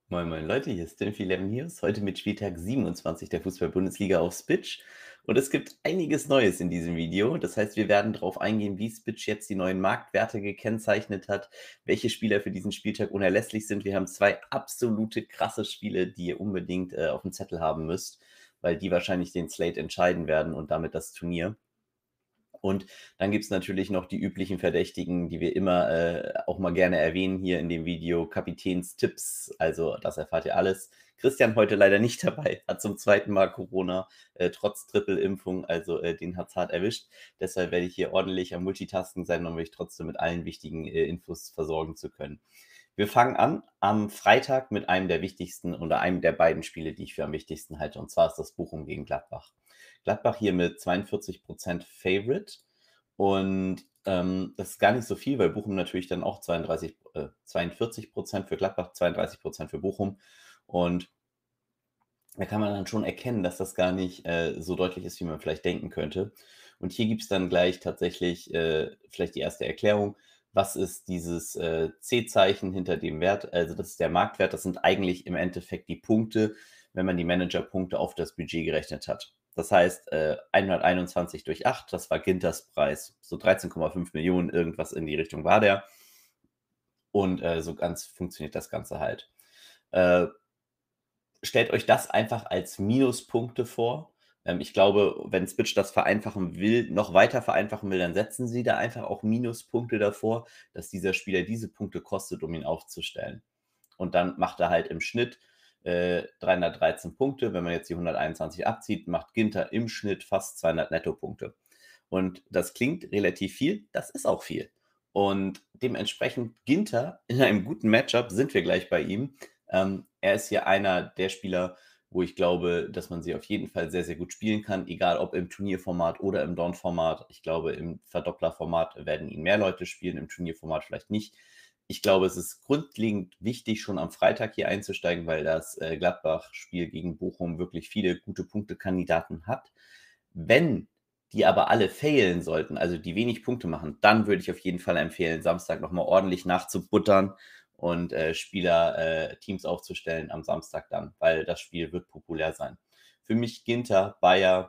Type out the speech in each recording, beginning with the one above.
Moin moin Leute, hier ist Tim11 News, heute mit Spieltag 27 der Fußball-Bundesliga auf Spitch. Und es gibt einiges Neues in diesem Video. Das heißt, wir werden darauf eingehen, wie Spitch jetzt die neuen Marktwerte gekennzeichnet hat, welche Spieler für diesen Spieltag unerlässlich sind. Wir haben zwei absolute krasse Spiele, die ihr unbedingt auf dem Zettel haben müsst, weil die wahrscheinlich den Slate entscheiden werden und damit das Turnier. Und dann gibt es natürlich noch die üblichen Verdächtigen, die wir immer auch mal gerne erwähnen hier in dem Video. Kapitänstipps, also das erfahrt ihr alles. Christian heute leider nicht dabei, hat zum zweiten Mal Corona, trotz Triple-Impfung, also den hat es hart erwischt. Deshalb werde ich hier ordentlich am Multitasking sein, um euch trotzdem mit allen wichtigen Infos versorgen zu können. Wir fangen an am Freitag mit einem der wichtigsten oder einem der beiden Spiele, die ich für am wichtigsten halte. Und zwar ist das Bochum gegen Gladbach. Gladbach hier mit 42% Favorite. Und das ist gar nicht so viel, weil Bochum natürlich dann auch 42% für Gladbach, 32% für Bochum. Und da kann man dann schon erkennen, dass das gar nicht so deutlich ist, wie man vielleicht denken könnte. Und hier gibt es dann gleich tatsächlich vielleicht die erste Erklärung. Was ist dieses C-Zeichen hinter dem Wert? Also das ist der Marktwert. Das sind eigentlich im Endeffekt die Punkte, wenn man die Managerpunkte auf das Budget gerechnet hat. Das heißt, 121 durch 8, das war Ginters Preis. So 13,5 Millionen, irgendwas in die Richtung war der. Und so ganz funktioniert das Ganze halt. Stellt euch das einfach als Minuspunkte vor. Ich glaube, wenn Switch das vereinfachen will, noch weiter vereinfachen will, dann setzen sie da einfach auch Minuspunkte davor, dass dieser Spieler diese Punkte kostet, um ihn aufzustellen. Und dann macht er halt im Schnitt 313 Punkte. Wenn man jetzt die 121 abzieht, macht Ginter im Schnitt fast 200 Nettopunkte. Und das klingt relativ viel, das ist auch viel. Und dementsprechend Ginter in einem guten Matchup, sind wir gleich bei ihm. Er ist hier einer der Spieler, wo ich glaube, dass man sie auf jeden Fall sehr, sehr gut spielen kann, egal ob im Turnierformat oder im Dawn-Format. Ich glaube, im Verdoppler-Format werden ihn mehr Leute spielen, im Turnierformat vielleicht nicht. Ich glaube, es ist grundlegend wichtig, schon am Freitag hier einzusteigen, weil das Gladbach-Spiel gegen Bochum wirklich viele gute Punktekandidaten hat. Wenn die aber alle failen sollten, also die wenig Punkte machen, dann würde ich auf jeden Fall empfehlen, Samstag nochmal ordentlich nachzubuttern und Teams aufzustellen am Samstag dann, weil das Spiel wird populär sein. Für mich Ginter, Bayer,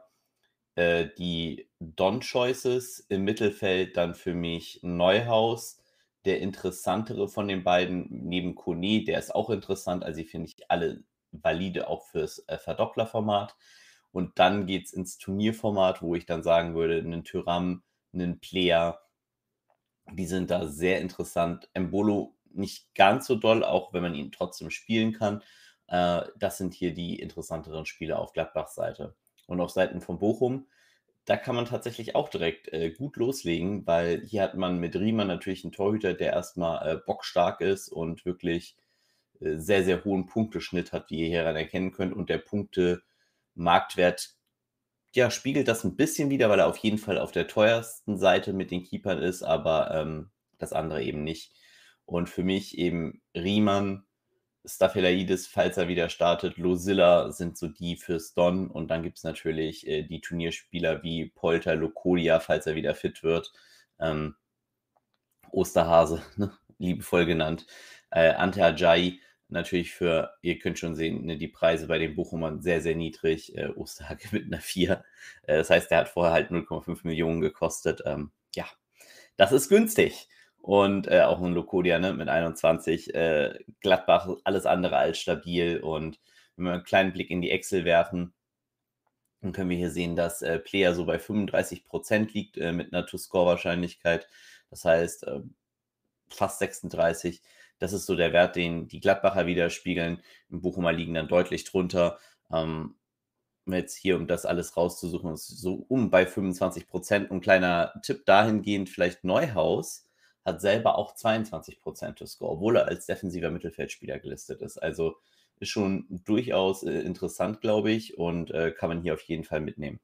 die Don-Choices im Mittelfeld, dann für mich Neuhaus, der interessantere von den beiden, neben Kone, der ist auch interessant, also die finde ich alle valide auch fürs Verdopplerformat. Und dann geht es ins Turnierformat, wo ich dann sagen würde, einen Tyram, einen Player, die sind da sehr interessant. Embolo nicht ganz so doll, auch wenn man ihn trotzdem spielen kann. Das sind hier die interessanteren Spiele auf Gladbachs Seite. Und auf Seiten von Bochum, da kann man tatsächlich auch direkt gut loslegen, weil hier hat man mit Riemann natürlich einen Torhüter, der erstmal bockstark ist und wirklich sehr, sehr hohen Punkteschnitt hat, wie ihr hieran erkennen könnt. Und der Punkte-Marktwert, ja, spiegelt das ein bisschen wider, weil er auf jeden Fall auf der teuersten Seite mit den Keepern ist, aber das andere eben nicht. Und für mich eben Riemann, Staphylaidis, falls er wieder startet, Losilla sind so die fürs Don. Und dann gibt es natürlich die Turnierspieler wie Polter, Lokolia, falls er wieder fit wird. Ähm, Osterhase, ne, liebevoll genannt. Ante Ajayi natürlich für, ihr könnt schon sehen, ne, die Preise bei den Bochumern sehr, sehr niedrig. Osterhage mit einer 4. Das heißt, der hat vorher halt 0,5 Millionen gekostet. Ja, das ist günstig. Und auch ein Lokodia, ne, mit 21. Gladbach alles andere als stabil. Und wenn wir einen kleinen Blick in die Excel werfen, dann können wir hier sehen, dass Player so bei 35% liegt mit einer To-Score-Wahrscheinlichkeit. Das heißt, fast 36. Das ist so der Wert, den die Gladbacher widerspiegeln. Im Bochumer liegen dann deutlich drunter. Jetzt hier, um das alles rauszusuchen, ist so bei 25%. Ein kleiner Tipp dahingehend, vielleicht Neuhaus hat selber auch 22% to Score, obwohl er als defensiver Mittelfeldspieler gelistet ist. Also ist schon durchaus interessant, glaube ich, und kann man hier auf jeden Fall mitnehmen.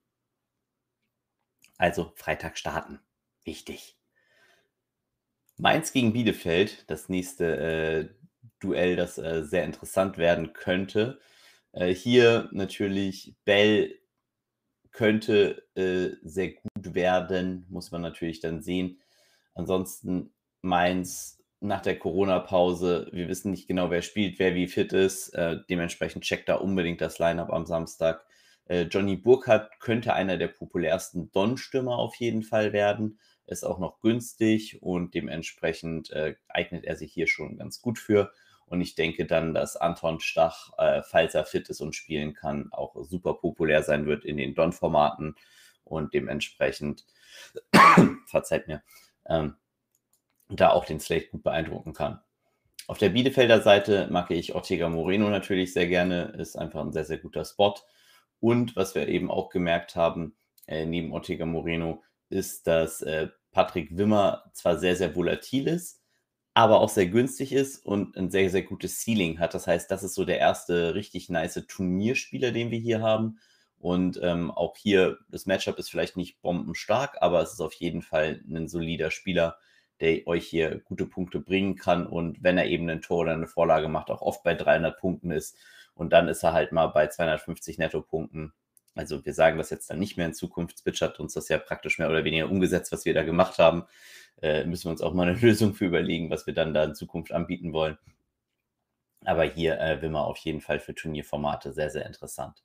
Also Freitag starten. Wichtig. Mainz gegen Bielefeld, das nächste Duell, das sehr interessant werden könnte. Hier natürlich Bell könnte sehr gut werden, muss man natürlich dann sehen. Ansonsten Mainz nach der Corona-Pause. Wir wissen nicht genau, wer spielt, wer wie fit ist. Dementsprechend checkt da unbedingt das Line-up am Samstag. Johnny Burkhardt könnte einer der populärsten Don-Stürmer auf jeden Fall werden. Ist auch noch günstig und dementsprechend eignet er sich hier schon ganz gut für. Und ich denke dann, dass Anton Stach, falls er fit ist und spielen kann, auch super populär sein wird in den Don-Formaten und dementsprechend, verzeiht mir, da auch den Slate gut beeindrucken kann. Auf der Bielefelder Seite mag ich Ortega Moreno natürlich sehr gerne, ist einfach ein sehr, sehr guter Spot. Und was wir eben auch gemerkt haben, neben Ortega Moreno, ist, dass Patrick Wimmer zwar sehr, sehr volatil ist, aber auch sehr günstig ist und ein sehr, sehr gutes Ceiling hat. Das heißt, das ist so der erste richtig nice Turnierspieler, den wir hier haben. Und auch hier, das Matchup ist vielleicht nicht bombenstark, aber es ist auf jeden Fall ein solider Spieler, der euch hier gute Punkte bringen kann und wenn er eben ein Tor oder eine Vorlage macht, auch oft bei 300 Punkten ist und dann ist er halt mal bei 250 Nettopunkten. Also wir sagen das jetzt dann nicht mehr in Zukunft. Spitch hat uns das ja praktisch mehr oder weniger umgesetzt, was wir da gemacht haben. Müssen wir uns auch mal eine Lösung für überlegen, was wir dann da in Zukunft anbieten wollen. Aber hier will man auf jeden Fall für Turnierformate sehr, sehr interessant.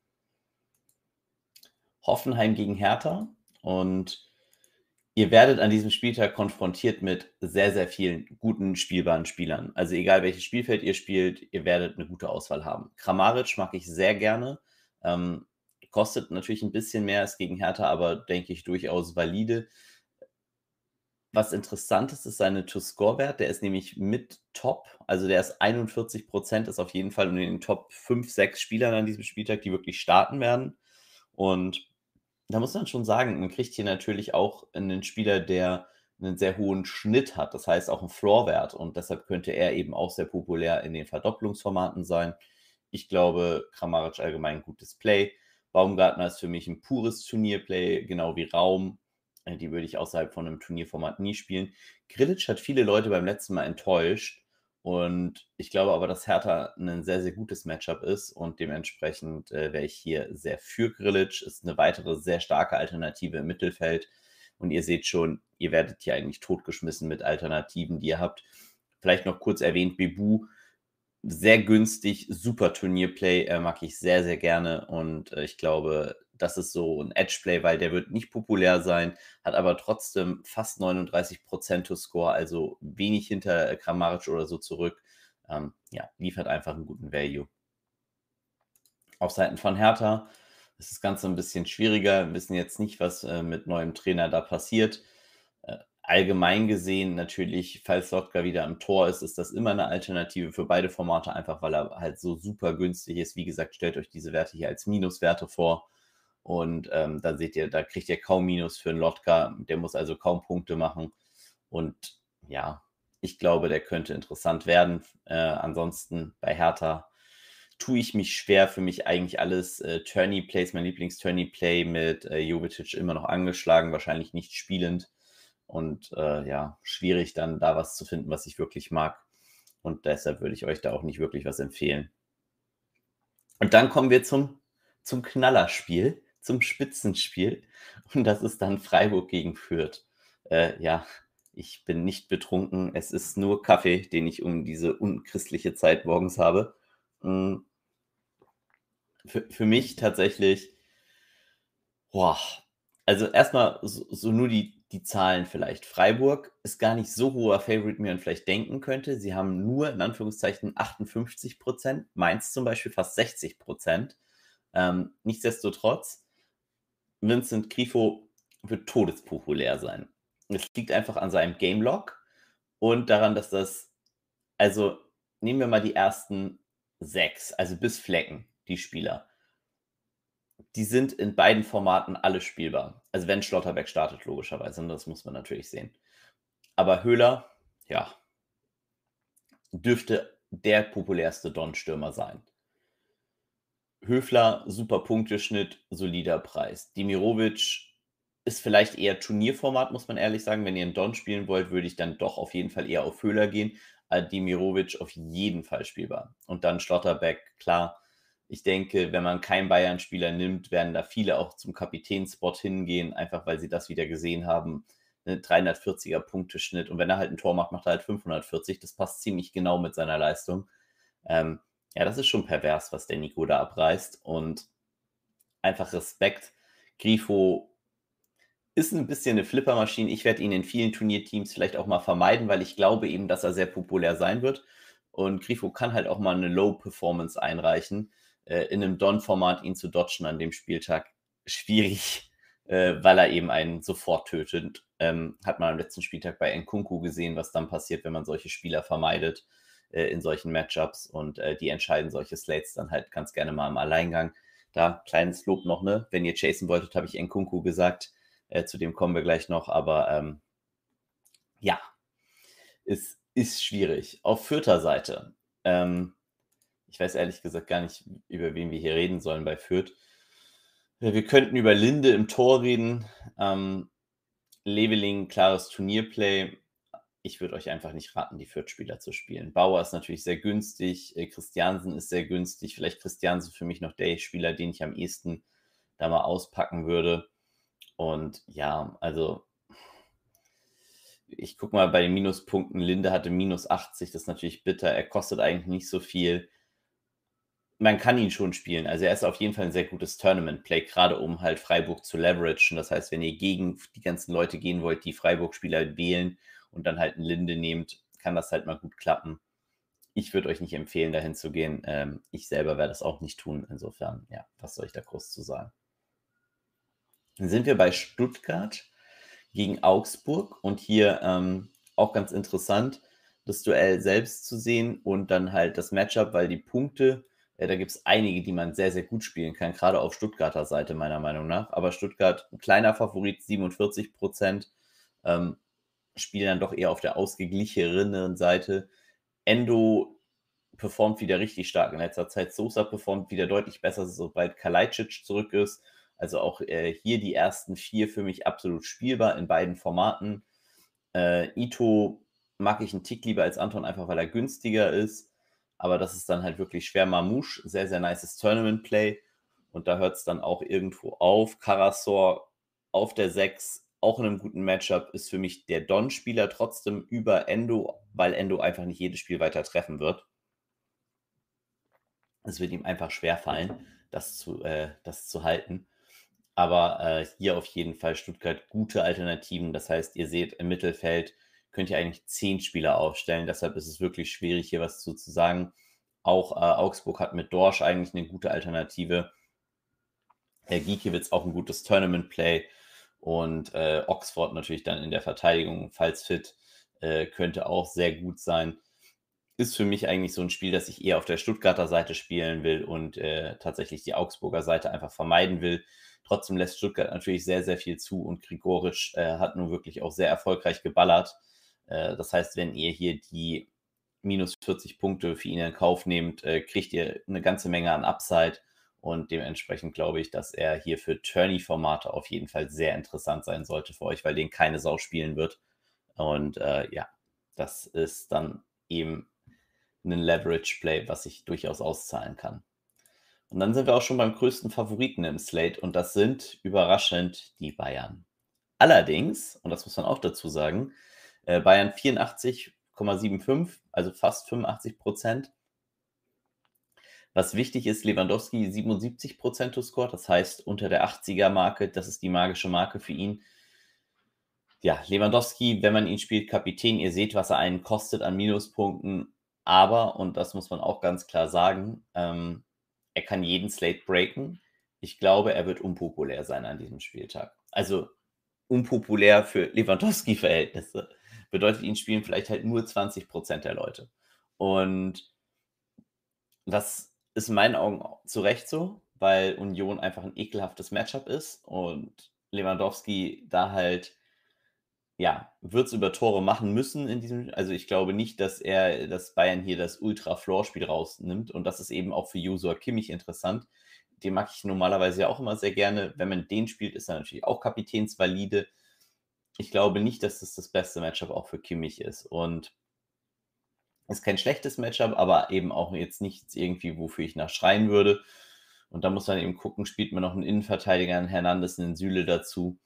Hoffenheim gegen Hertha und ihr werdet an diesem Spieltag konfrontiert mit sehr, sehr vielen guten, spielbaren Spielern. Also egal, welches Spielfeld ihr spielt, ihr werdet eine gute Auswahl haben. Kramaric mag ich sehr gerne. Kostet natürlich ein bisschen mehr als gegen Hertha, aber denke ich durchaus valide. Was interessant ist, ist seine To-Score-Wert. Der ist nämlich mit Top. Also der ist 41%, ist auf jeden Fall in den Top 5, 6 Spielern an diesem Spieltag, die wirklich starten werden. Und da muss man schon sagen, man kriegt hier natürlich auch einen Spieler, der einen sehr hohen Schnitt hat, das heißt auch einen Floorwert und deshalb könnte er eben auch sehr populär in den Verdopplungsformaten sein. Ich glaube, Kramaric allgemein ein gutes Play. Baumgartner ist für mich ein pures Turnierplay, genau wie Raum. Die würde ich außerhalb von einem Turnierformat nie spielen. Grillitsch hat viele Leute beim letzten Mal enttäuscht und ich glaube aber, dass Hertha ein sehr, sehr gutes Matchup ist und dementsprechend wäre ich hier sehr für Grillitsch. Ist eine weitere sehr starke Alternative im Mittelfeld. Und ihr seht schon, ihr werdet hier eigentlich totgeschmissen mit Alternativen, die ihr habt. Vielleicht noch kurz erwähnt, Bebu, sehr günstig, super Turnierplay, mag ich sehr, sehr gerne. Und ich glaube, das ist so ein Edgeplay, weil der wird nicht populär sein, hat aber trotzdem fast 39% to Score, also wenig hinter Kramaric oder so zurück. Ja, liefert einfach einen guten Value. Auf Seiten von Hertha ist das Ganze ein bisschen schwieriger. Wir wissen jetzt nicht, was mit neuem Trainer da passiert. Allgemein gesehen natürlich, falls Lotka wieder am Tor ist, ist das immer eine Alternative für beide Formate, einfach weil er halt so super günstig ist. Wie gesagt, stellt euch diese Werte hier als Minuswerte vor. Und da seht ihr, da kriegt ihr kaum Minus für einen Lotka. Der muss also kaum Punkte machen. Und ja, ich glaube, der könnte interessant werden. Ansonsten bei Hertha tue ich mich schwer. Für mich eigentlich alles Tourney-Plays, mein Lieblings-Tourney-Play mit Jovetic immer noch angeschlagen, wahrscheinlich nicht spielend. Und ja, schwierig dann da was zu finden, was ich wirklich mag. Und deshalb würde ich euch da auch nicht wirklich was empfehlen. Und dann kommen wir zum Knallerspiel, zum Spitzenspiel. Und das ist dann Freiburg gegen Fürth. Ja, ich bin nicht betrunken. Es ist nur Kaffee, den ich um diese unchristliche Zeit morgens habe. Für mich tatsächlich, boah, also erstmal so nur die Zahlen vielleicht. Freiburg ist gar nicht so hoher Favorite, wie man vielleicht denken könnte. Sie haben nur in Anführungszeichen 58%, Mainz zum Beispiel fast 60%. Nichtsdestotrotz, Vincent Grifo wird todespopulär sein. Es liegt einfach an seinem Game Log und daran, dass das, also nehmen wir mal die ersten 6, also bis Flecken, die Spieler. Die sind in beiden Formaten alle spielbar. Also wenn Schlotterbeck startet, logischerweise. Und das muss man natürlich sehen. Aber Höhler, ja, dürfte der populärste Don-Stürmer sein. Höfler, super Punkteschnitt, solider Preis. Demirovic ist vielleicht eher Turnierformat, muss man ehrlich sagen. Wenn ihr einen Don spielen wollt, würde ich dann doch auf jeden Fall eher auf Höhler gehen. Demirovic auf jeden Fall spielbar. Und dann Schlotterbeck, klar. Ich denke, wenn man keinen Bayern-Spieler nimmt, werden da viele auch zum Kapitänspot hingehen, einfach weil sie das wieder gesehen haben. 'ne 340er Punkteschnitt und wenn er halt ein Tor macht, macht er halt 540. Das passt ziemlich genau mit seiner Leistung. Ja, das ist schon pervers, was der Nico da abreißt und einfach Respekt. Grifo ist ein bisschen 'ne Flippermaschine. Ich werde ihn in vielen Turnierteams vielleicht auch mal vermeiden, weil ich glaube eben, dass er sehr populär sein wird. Und Grifo kann halt auch mal 'ne Low Performance einreichen. In 'nem Don-Format ihn zu dodgen an dem Spieltag schwierig, weil er eben einen sofort tötet. Hat man am letzten Spieltag bei Nkunku gesehen, was dann passiert, wenn man solche Spieler vermeidet, in solchen Matchups und, die entscheiden solche Slates dann halt ganz gerne mal im Alleingang. Da kleines Lob noch, ne? Wenn ihr chasen wolltet, habe ich Nkunku gesagt. Zu dem kommen wir gleich noch, aber ja, es ist schwierig. Auf Fürther Seite, ich weiß ehrlich gesagt gar nicht, über wen wir hier reden sollen bei Fürth. Wir könnten über Linde im Tor reden. Leveling, klares Turnierplay. Ich würde euch einfach nicht raten, die Fürth-Spieler zu spielen. Bauer ist natürlich sehr günstig, Christiansen ist sehr günstig. Vielleicht Christiansen für mich noch der Spieler, den ich am ehesten da mal auspacken würde. Und ja, also ich gucke mal bei den Minuspunkten. Linde hatte -80, das ist natürlich bitter. Er kostet eigentlich nicht so viel. Man kann ihn schon spielen. Also er ist auf jeden Fall ein sehr gutes Tournament-Play, gerade um halt Freiburg zu leveragen. Das heißt, wenn ihr gegen die ganzen Leute gehen wollt, die Freiburg-Spieler wählen und dann halt einen Linde nehmt, kann das halt mal gut klappen. Ich würde euch nicht empfehlen, dahin zu gehen. Ich selber werde das auch nicht tun. Insofern, ja, was soll ich da groß zu sagen? Dann sind wir bei Stuttgart gegen Augsburg und hier auch ganz interessant, das Duell selbst zu sehen und dann halt das Matchup, weil die Punkte, da gibt es einige, die man sehr, sehr gut spielen kann, gerade auf Stuttgarter Seite meiner Meinung nach. Aber Stuttgart, ein kleiner Favorit, 47%, spielen dann doch eher auf der ausgeglicheneren Seite. Endo performt wieder richtig stark in letzter Zeit. Sosa performt wieder deutlich besser, sobald Kalajdzic zurück ist. Also auch hier die ersten 4 für mich absolut spielbar in beiden Formaten. Ito mag ich einen Tick lieber als Anton, einfach weil er günstiger ist. Aber das ist dann halt wirklich schwer. Mamouche, sehr, sehr nices Tournament-Play. Und da hört es dann auch irgendwo auf. Karasor auf der 6, auch in einem guten Matchup, ist für mich der Don-Spieler trotzdem über Endo, weil Endo einfach nicht jedes Spiel weiter treffen wird. Es wird ihm einfach schwerfallen, das zu halten. Aber hier auf jeden Fall Stuttgart gute Alternativen. Das heißt, ihr seht, im Mittelfeld könnt ihr eigentlich 10 Spieler aufstellen. Deshalb ist es wirklich schwierig, hier was zu sagen. Auch Augsburg hat mit Dorsch eigentlich eine gute Alternative. Gikiewicz auch ein gutes Tournament-Play. Und Oxford natürlich dann in der Verteidigung, falls fit, könnte auch sehr gut sein. Ist für mich eigentlich so ein Spiel, das ich eher auf der Stuttgarter Seite spielen will und tatsächlich die Augsburger Seite einfach vermeiden will. Trotzdem lässt Stuttgart natürlich sehr, sehr viel zu und Gregoritsch hat nun wirklich auch sehr erfolgreich geballert. Das heißt, wenn ihr hier die -40 Punkte für ihn in Kauf nehmt, kriegt ihr eine ganze Menge an Upside und dementsprechend glaube ich, dass er hier für Tourney-Formate auf jeden Fall sehr interessant sein sollte für euch, weil den keine Sau spielen wird. Und ja, das ist dann eben ein Leverage-Play, was sich durchaus auszahlen kann. Und dann sind wir auch schon beim größten Favoriten im Slate und das sind überraschend die Bayern. Allerdings, und das muss man auch dazu sagen, Bayern 84,75, also fast 85%. Was wichtig ist, Lewandowski 77% to score, das heißt unter der 80er-Marke, das ist die magische Marke für ihn. Ja, Lewandowski, wenn man ihn spielt, Kapitän, ihr seht, was er einen kostet an Minuspunkten, aber, und das muss man auch ganz klar sagen, er kann jeden Slate breaken. Ich glaube, er wird unpopulär sein an diesem Spieltag. Also unpopulär für Lewandowski-Verhältnisse. Bedeutet, ihn spielen vielleicht halt nur 20% der Leute. Und das ist in meinen Augen zu Recht so, weil Union einfach ein ekelhaftes Matchup ist und Lewandowski da halt, ja, wird es über Tore machen müssen in diesem. Also ich glaube nicht, dass Bayern hier das Ultra-Floor-Spiel rausnimmt und das ist eben auch für Joshua Kimmich interessant. Den mag ich normalerweise ja auch immer sehr gerne. Wenn man den spielt, ist er natürlich auch kapitänsvalide. Ich glaube nicht, dass das beste Matchup auch für Kimmich ist und ist kein schlechtes Matchup, aber eben auch jetzt nichts irgendwie, wofür ich nach schreien würde. Und da muss man eben gucken, spielt man noch einen Innenverteidiger, einen Hernandez, einen Süle dazu.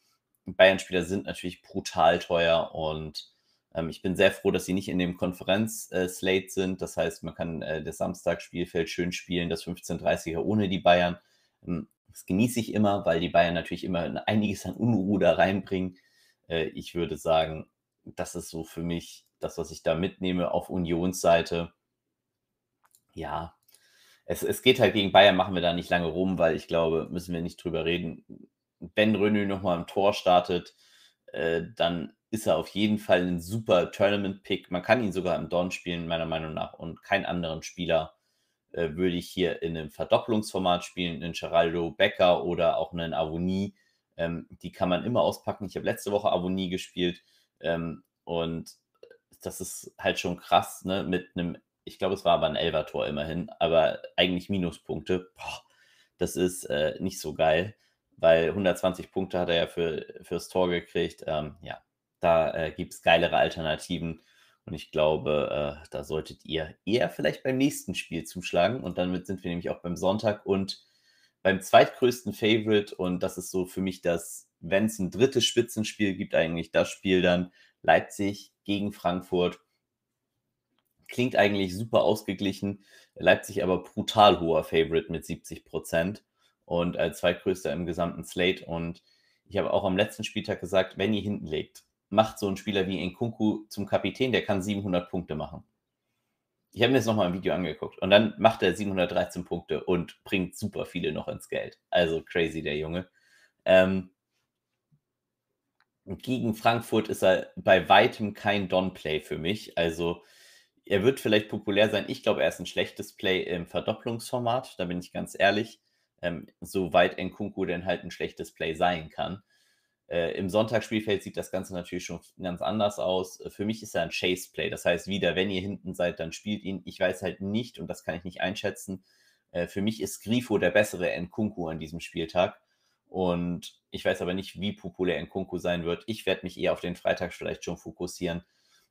Bayern-Spieler sind natürlich brutal teuer und ich bin sehr froh, dass sie nicht in dem Konferenz-Slate sind. Das heißt, man kann das Samstag-Spielfeld schön spielen, das 15:30er ohne die Bayern. Das genieße ich immer, weil die Bayern natürlich immer einiges an Unruhe da reinbringen. Ich würde sagen, das ist so für mich das, was ich da mitnehme auf Unionsseite. Ja, es geht halt gegen Bayern, machen wir da nicht lange rum, weil ich glaube, müssen wir nicht drüber reden. Wenn Renaud nochmal im Tor startet, dann ist er auf jeden Fall ein super Tournament-Pick. Man kann ihn sogar im Don spielen, meiner Meinung nach, und keinen anderen Spieler würde ich hier in einem Verdopplungsformat spielen, einen Geraldo Becker oder auch einen Avonie. Die kann man immer auspacken. Ich habe letzte Woche Avonie gespielt und das ist halt schon krass, ne? Mit einem, ich glaube, es war aber ein Elfer-Tor immerhin, aber eigentlich Minuspunkte. Boah, das ist nicht so geil, weil 120 Punkte hat er ja fürs Tor gekriegt. Ja, da gibt es geilere Alternativen. Und ich glaube, da solltet ihr eher vielleicht beim nächsten Spiel zuschlagen. Und damit sind wir nämlich auch beim Sonntag und beim zweitgrößten Favorite. Und das ist so für mich das, wenn es ein drittes Spitzenspiel gibt, eigentlich das Spiel dann Leipzig gegen Frankfurt. Klingt eigentlich super ausgeglichen. Leipzig aber brutal hoher Favorite mit 70% und als zweitgrößter im gesamten Slate. Und ich habe auch am letzten Spieltag gesagt, wenn ihr hinten legt, macht so einen Spieler wie Nkunku zum Kapitän, der kann 700 Punkte machen. Ich habe mir jetzt nochmal ein Video angeguckt und dann macht er 713 Punkte und bringt super viele noch ins Geld. Also crazy, der Junge. Gegen Frankfurt ist er bei weitem kein Don-Play für mich. Also er wird vielleicht populär sein. Ich glaube, er ist ein schlechtes Play im Verdopplungsformat, da bin ich ganz ehrlich. Soweit Nkunku denn halt ein schlechtes Play sein kann. Im Sonntagsspielfeld sieht das Ganze natürlich schon ganz anders aus. Für mich ist er ein Chase-Play. Das heißt, wieder, wenn ihr hinten seid, dann spielt ihn. Ich weiß halt nicht, und das kann ich nicht einschätzen, für mich ist Grifo der bessere Nkunku an diesem Spieltag. Und ich weiß aber nicht, wie populär Nkunku sein wird. Ich werde mich eher auf den Freitag vielleicht schon fokussieren.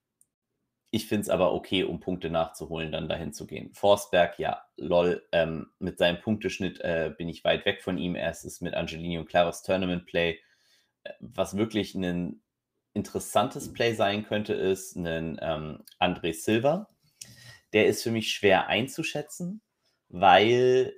Ich finde es aber okay, um Punkte nachzuholen, dann dahin zu gehen. Forsberg, ja, lol, mit seinem Punkteschnitt bin ich weit weg von ihm. Er ist mit Angelino ein klares Tournament-Play. Was wirklich ein interessantes Play sein könnte, ist ein André Silva. Der ist für mich schwer einzuschätzen, weil,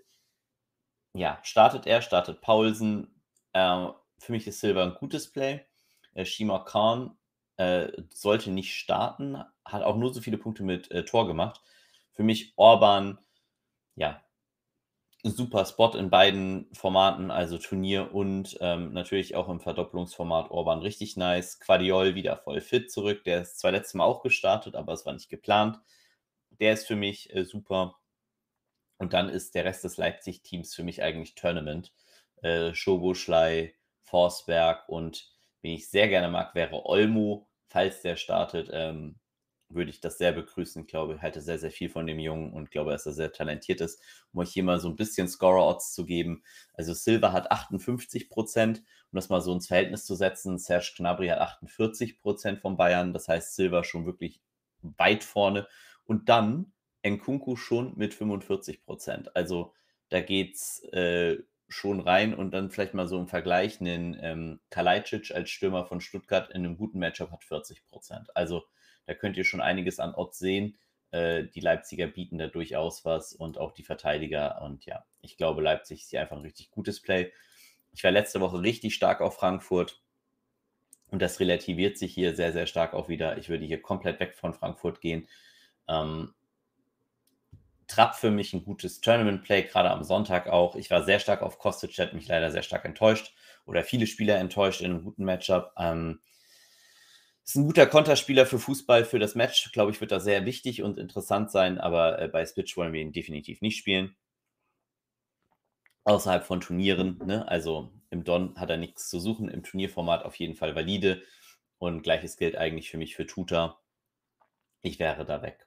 ja, startet Paulsen. Für mich ist Silva ein gutes Play. Shima Khan sollte nicht starten, hat auch nur so viele Punkte mit Tor gemacht. Für mich Orban, ja, super Spot in beiden Formaten, also Turnier und natürlich auch im Verdopplungsformat Orban richtig nice. Quadiol wieder voll fit zurück. Der ist zwar letztes Mal auch gestartet, aber es war nicht geplant. Der ist für mich super. Und dann ist der Rest des Leipzig-Teams für mich eigentlich Tournament. Szoboszlai, Forsberg und wen ich sehr gerne mag, wäre Olmo. Falls der startet, würde ich das sehr begrüßen. Ich glaube, ich halte sehr, sehr viel von dem Jungen und glaube, dass er sehr talentiert ist. Um euch hier mal so ein bisschen Scorer-Odds zu geben. Also Silva hat 58%, um das mal so ins Verhältnis zu setzen. Serge Gnabry hat 48% von Bayern. Das heißt, Silva schon wirklich weit vorne. Und dann Nkunku schon mit 45%. Also da geht's schon rein und dann vielleicht mal so im Vergleich einen Kalajdzic als Stürmer von Stuttgart in einem guten Matchup hat 40%. Also da könnt ihr schon einiges an Odds sehen. Die Leipziger bieten da durchaus was und auch die Verteidiger. Und ja, ich glaube, Leipzig ist hier einfach ein richtig gutes Play. Ich war letzte Woche richtig stark auf Frankfurt und das relativiert sich hier sehr, sehr stark auch wieder. Ich würde hier komplett weg von Frankfurt gehen. Trapp für mich ein gutes Tournament-Play, gerade am Sonntag auch. Ich war sehr stark auf Kostic, hat mich leider sehr stark enttäuscht oder viele Spieler enttäuscht in einem guten Matchup. Ist ein guter Konterspieler für Fußball, für das Match, glaube ich, wird da sehr wichtig und interessant sein, aber bei Switch wollen wir ihn definitiv nicht spielen. Außerhalb von Turnieren, ne? Also im Don hat er nichts zu suchen, im Turnierformat auf jeden Fall valide und gleiches gilt eigentlich für mich für Tuta. Ich wäre da weg.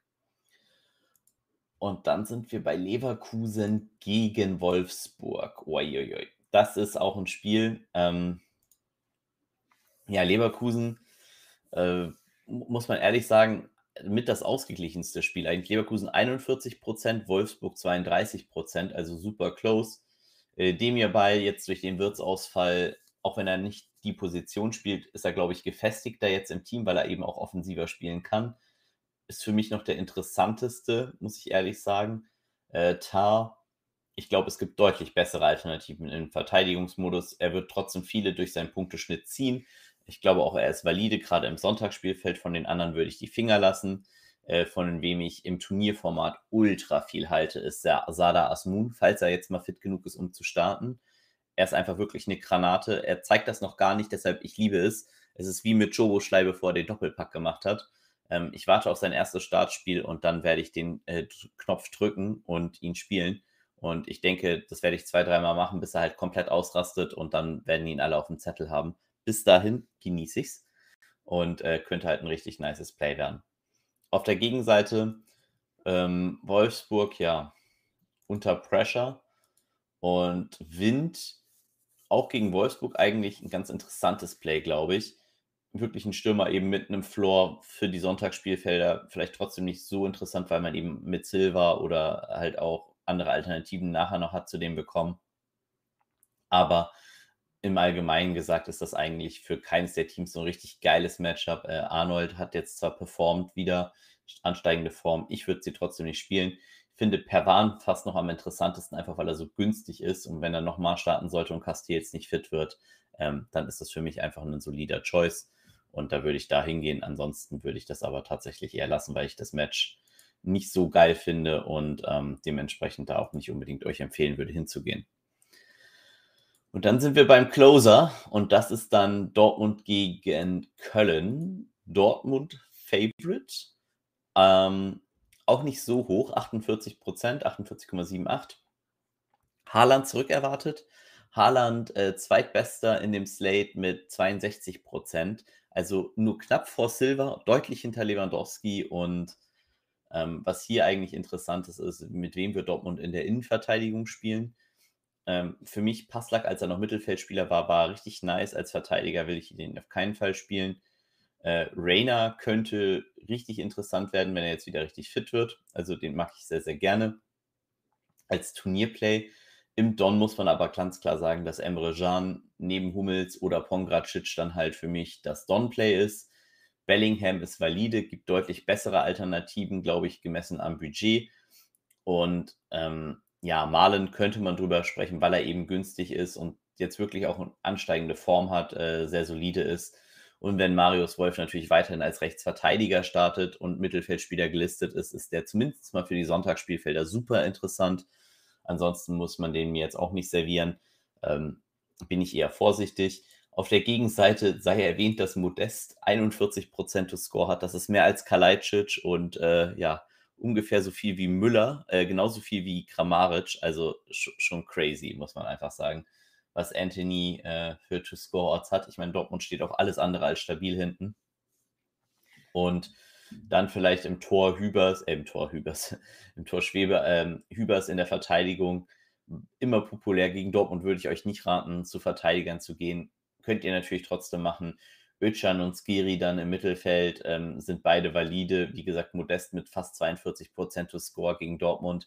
Und dann sind wir bei Leverkusen gegen Wolfsburg. Uiuiui. Das ist auch ein Spiel. Ja, Leverkusen, muss man ehrlich sagen, mit das ausgeglichenste Spiel. Eigentlich Leverkusen 41%, Wolfsburg 32%, also super close. Demir Bay jetzt durch den Wirtsausfall, auch wenn er nicht die Position spielt, ist er, glaube ich, gefestigter jetzt im Team, weil er eben auch offensiver spielen kann. Ist für mich noch der interessanteste, muss ich ehrlich sagen. Tah, ich glaube, es gibt deutlich bessere Alternativen im Verteidigungsmodus. Er wird trotzdem viele durch seinen Punkteschnitt ziehen. Ich glaube auch, er ist valide, gerade im Sonntagsspielfeld. Von den anderen würde ich die Finger lassen. Von wem ich im Turnierformat ultra viel halte, ist der Sada Asmun, falls er jetzt mal fit genug ist, um zu starten. Er ist einfach wirklich eine Granate. Er zeigt das noch gar nicht, deshalb ich liebe es. Es ist wie mit Szoboszlai, bevor er den Doppelpack gemacht hat. Ich warte auf sein erstes Startspiel und dann werde ich den Knopf drücken und ihn spielen. Und ich denke, das werde ich 2, 3 Mal machen, bis er halt komplett ausrastet und dann werden ihn alle auf dem Zettel haben. Bis dahin genieße ich's und könnte halt ein richtig nices Play werden. Auf der Gegenseite Wolfsburg, ja, unter Pressure und Wind auch gegen Wolfsburg eigentlich ein ganz interessantes Play, glaube ich. Wirklich ein Stürmer eben mit einem Floor für die Sonntagsspielfelder vielleicht trotzdem nicht so interessant, weil man eben mit Silva oder halt auch andere Alternativen nachher noch hat zu dem bekommen. Aber im Allgemeinen gesagt ist das eigentlich für keines der Teams so ein richtig geiles Matchup. Arnold hat jetzt zwar performt wieder, ansteigende Form, ich würde sie trotzdem nicht spielen. Ich finde Perwan fast noch am interessantesten, einfach weil er so günstig ist und wenn er nochmal starten sollte und Castells nicht fit wird, dann ist das für mich einfach ein solider Choice und da würde ich da hingehen. Ansonsten würde ich das aber tatsächlich eher lassen, weil ich das Match nicht so geil finde und dementsprechend da auch nicht unbedingt euch empfehlen würde, hinzugehen. Und dann sind wir beim Closer und das ist dann Dortmund gegen Köln. Dortmund Favorite. Auch nicht so hoch, 48%, 48,78. Haaland zurückerwartet. Haaland zweitbester in dem Slate mit 62%. Also nur knapp vor Silva, deutlich hinter Lewandowski. Und was hier eigentlich interessant ist, mit wem wird Dortmund in der Innenverteidigung spielen. Für mich Passlack, als er noch Mittelfeldspieler war richtig nice. Als Verteidiger will ich ihn auf keinen Fall spielen. Reina könnte richtig interessant werden, wenn er jetzt wieder richtig fit wird. Also den mag ich sehr, sehr gerne. Als Turnierplay im Don muss man aber ganz klar sagen, dass Emre Can neben Hummels oder Pongracic dann halt für mich das Don-Play ist. Bellingham ist valide, gibt deutlich bessere Alternativen, glaube ich, gemessen am Budget. Und ja, Malen könnte man drüber sprechen, weil er eben günstig ist und jetzt wirklich auch eine ansteigende Form hat, sehr solide ist. Und wenn Marius Wolf natürlich weiterhin als Rechtsverteidiger startet und Mittelfeldspieler gelistet ist, ist der zumindest mal für die Sonntagsspielfelder super interessant. Ansonsten muss man den mir jetzt auch nicht servieren. Bin ich eher vorsichtig. Auf der Gegenseite sei erwähnt, dass Modest 41% to Score hat. Das ist mehr als Kalajdzic und ja, ungefähr so viel wie Müller, genauso viel wie Kramaric. Also schon crazy, muss man einfach sagen, was Anthony für To-Score-Odds hat. Ich meine, Dortmund steht auch alles andere als stabil hinten. Und dann vielleicht im Tor Hübers, im Tor Schwebe, Hübers in der Verteidigung. Immer populär gegen Dortmund würde ich euch nicht raten, zu Verteidigern zu gehen. Könnt ihr natürlich trotzdem machen. Özcan und Skiri dann im Mittelfeld sind beide valide. Wie gesagt, Modest mit fast 42% to Score gegen Dortmund.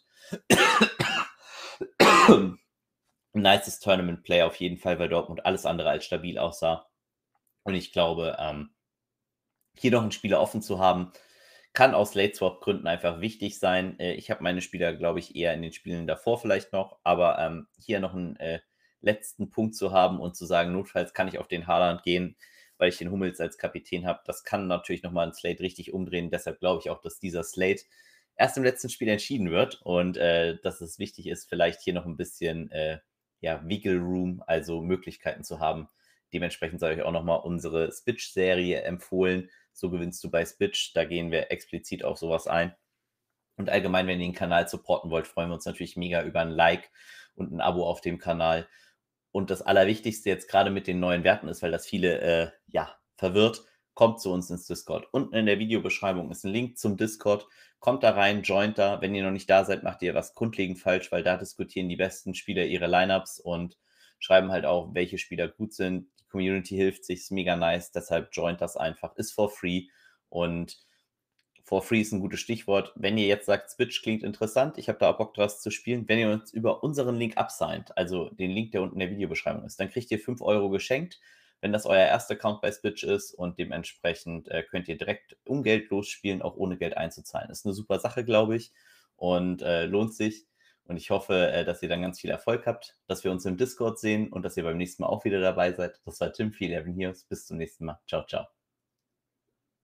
Nices Tournament-Play auf jeden Fall, weil Dortmund alles andere als stabil aussah. Und ich glaube, hier noch einen Spieler offen zu haben, kann aus Late-Swap-Gründen einfach wichtig sein. Ich habe meine Spieler, glaube ich, eher in den Spielen davor vielleicht noch, aber hier noch einen letzten Punkt zu haben und zu sagen, notfalls kann ich auf den Haaland gehen, weil ich den Hummels als Kapitän habe, das kann natürlich nochmal ein Slate richtig umdrehen. Deshalb glaube ich auch, dass dieser Slate erst im letzten Spiel entschieden wird und dass es wichtig ist, vielleicht hier noch ein bisschen ja, Wiggle Room, also Möglichkeiten zu haben. Dementsprechend sei euch auch nochmal unsere Spitch-Serie empfohlen. So gewinnst du bei Spitch. Da gehen wir explizit auf sowas ein. Und allgemein, wenn ihr den Kanal supporten wollt, freuen wir uns natürlich mega über ein Like und ein Abo auf dem Kanal. Und das Allerwichtigste jetzt gerade mit den neuen Werten ist, weil das viele ja, verwirrt, kommt zu uns ins Discord. Unten in der Videobeschreibung ist ein Link zum Discord. Kommt da rein, joint da. Wenn ihr noch nicht da seid, macht ihr was grundlegend falsch, weil da diskutieren die besten Spieler ihre Lineups und schreiben halt auch, welche Spieler gut sind. Die Community hilft sich, ist mega nice. Deshalb joint das einfach. Ist for free. Und for free ist ein gutes Stichwort. Wenn ihr jetzt sagt, Switch klingt interessant, ich habe da auch Bock draus zu spielen, wenn ihr uns über unseren Link absigned, also den Link, der unten in der Videobeschreibung ist, dann kriegt ihr 5 € geschenkt wenn das euer erster Account bei Switch ist und dementsprechend könnt ihr direkt um Geld losspielen, auch ohne Geld einzuzahlen. Ist eine super Sache, glaube ich, und lohnt sich. Und ich hoffe, dass ihr dann ganz viel Erfolg habt, dass wir uns im Discord sehen und dass ihr beim nächsten Mal auch wieder dabei seid. Das war Tim, viel Evan hier. Bis zum nächsten Mal. Ciao, ciao.